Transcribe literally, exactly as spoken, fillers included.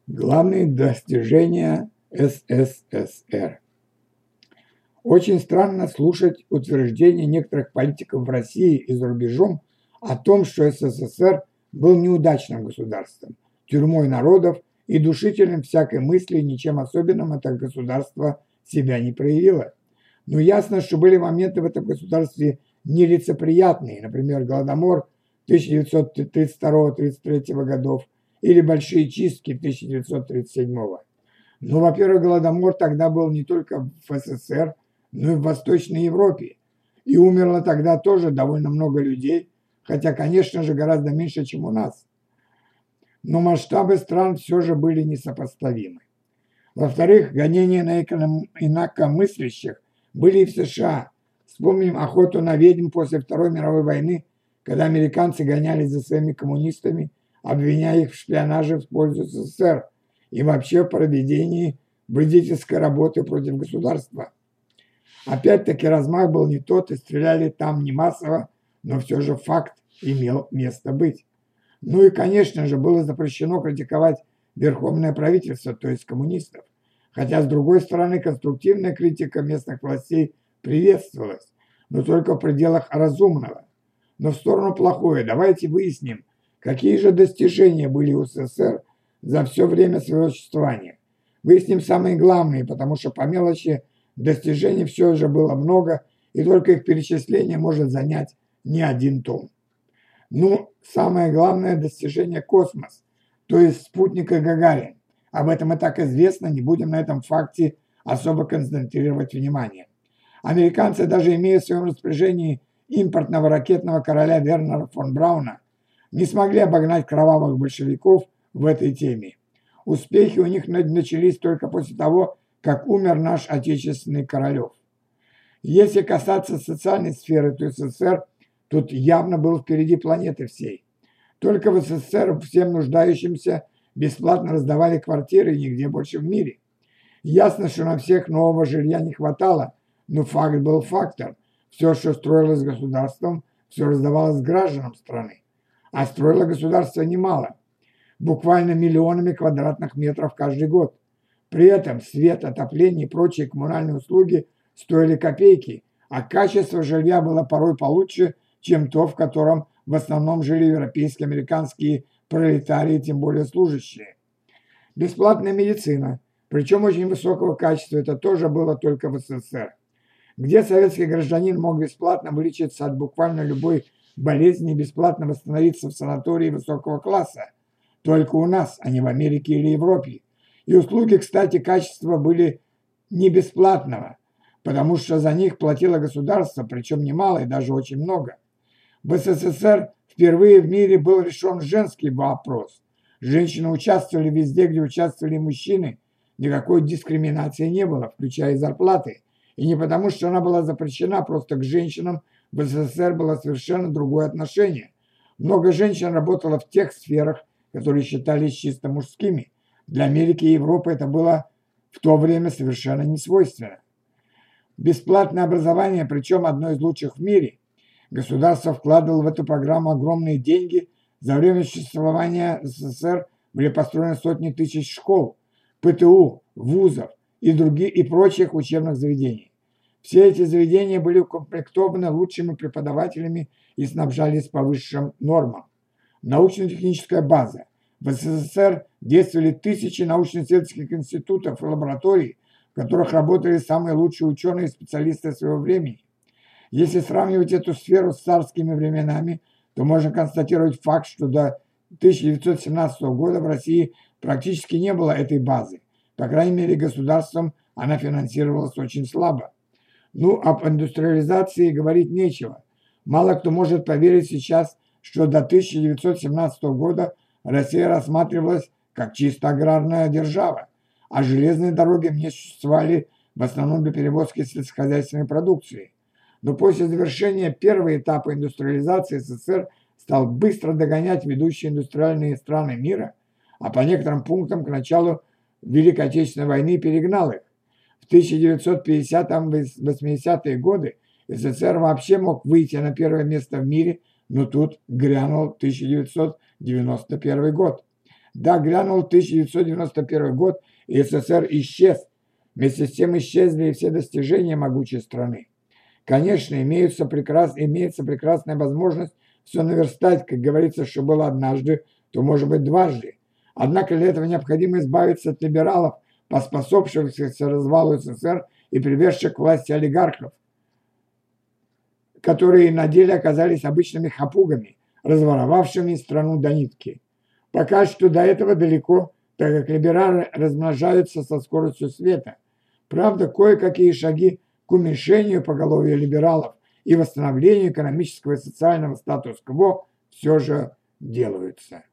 Главные достижения СССР. Очень странно слушать утверждения некоторых политиков в России и за рубежом о том, что СССР был неудачным государством, тюрьмой народов и душителем всякой мысли, ничем особенным это государство себя не проявило. Но ясно, что были моменты в этом государстве нелицеприятные, например, Голодомор тысяча девятьсот тридцать второго — тридцать третьего годов или большие чистки тысяча девятьсот тридцать седьмого. Но, во-первых, Голодомор тогда был не только в СССР, но и в Восточной Европе. И умерло тогда тоже довольно много людей, хотя, конечно же, гораздо меньше, чем у нас. Но масштабы стран все же были несопоставимы. Во-вторых, гонения на инакомыслящих были и в США. Вспомним охоту на ведьм после Второй мировой войны, когда американцы гонялись за своими коммунистами, обвиняя их в шпионаже в пользу СССР и вообще в проведении вредительской работы против государства. Опять-таки размах был не тот, и стреляли там не массово, но все же факт имел место быть. Ну и, конечно же, было запрещено критиковать верховное правительство, то есть коммунистов. Хотя, с другой стороны, конструктивная критика местных властей приветствовалась, но только в пределах разумного. Но в сторону плохое давайте выясним, какие же достижения были у СССР за все время своего существования. Выясним самые главные, потому что по мелочи достижений все же было много, и только их перечисление может занять не один том. Ну, самое главное достижение — космос, то есть спутника Гагарин. Об этом и так известно, не будем на этом факте особо концентрировать внимание. Американцы, даже имея в своем распоряжении импортного ракетного короля Вернера фон Брауна, не смогли обогнать кровавых большевиков в этой теме. Успехи у них начались только после того, как умер наш отечественный Королев. Если касаться социальной сферы, то СССР тут явно был впереди планеты всей. Только в СССР всем нуждающимся бесплатно раздавали квартиры, и нигде больше в мире. Ясно, что на всех нового жилья не хватало, но факт был фактом. Все, что строилось государством, все раздавалось гражданам страны. А строило государство немало, буквально миллионами квадратных метров каждый год. При этом свет, отопление и прочие коммунальные услуги стоили копейки, а качество жилья было порой получше, чем то, в котором в основном жили европейские, американские пролетарии, тем более служащие. Бесплатная медицина, причем очень высокого качества, это тоже было только в СССР. Где советский гражданин мог бесплатно вылечиться от буквально любой болезни и бесплатно восстановиться в санатории высокого класса? Только у нас, а не в Америке или Европе. И услуги, кстати, качества были не бесплатного, потому что за них платило государство, причем немало и даже очень много. В СССР впервые в мире был решен женский вопрос. Женщины участвовали везде, где участвовали мужчины. Никакой дискриминации не было, включая зарплаты. И не потому, что она была запрещена, просто к женщинам в СССР было совершенно другое отношение. Много женщин работало в тех сферах, которые считались чисто мужскими. Для Америки и Европы это было в то время совершенно не свойственно. Бесплатное образование, причем одно из лучших в мире. Государство вкладывало в эту программу огромные деньги. За время существования СССР были построены сотни тысяч школ, ПТУ, вузов и других и прочих учебных заведений. Все эти заведения были укомплектованы лучшими преподавателями и снабжались по высшим нормам. Научно-техническая база. В СССР действовали тысячи научно-исследовательских институтов и лабораторий, в которых работали самые лучшие ученые и специалисты своего времени. Если сравнивать эту сферу с царскими временами, то можно констатировать факт, что до тысяча девятьсот семнадцатого года в России практически не было этой базы. По крайней мере, государством она финансировалась очень слабо. Ну, об индустриализации говорить нечего. Мало кто может поверить сейчас, что до тысяча девятьсот семнадцатого года Россия рассматривалась как чисто аграрная держава, а железные дороги не существовали в основном для перевозки сельскохозяйственной продукции. Но после завершения первого этапа индустриализации СССР стал быстро догонять ведущие индустриальные страны мира, а по некоторым пунктам к началу Великой Отечественной войны перегнал их. В тысяча девятьсот пятидесятые-восьмидесятые годы СССР вообще мог выйти на первое место в мире, но тут грянул тысяча девятьсот девяносто первый год. Да, глянул тысяча девятьсот девяносто первый год, и СССР исчез. Вместе с тем исчезли и все достижения могучей страны. Конечно, имеется, прекрас, имеется прекрасная возможность все наверстать, как говорится, что было однажды, то может быть дважды. Однако для этого необходимо избавиться от либералов, поспособствовавших развалу СССР и приведших к власти олигархов, которые на деле оказались обычными хапугами, разворовавшими страну до нитки. Пока что до этого далеко, так как либералы размножаются со скоростью света. Правда, кое-какие шаги к уменьшению поголовья либералов и восстановлению экономического и социального статус-кво все же делаются.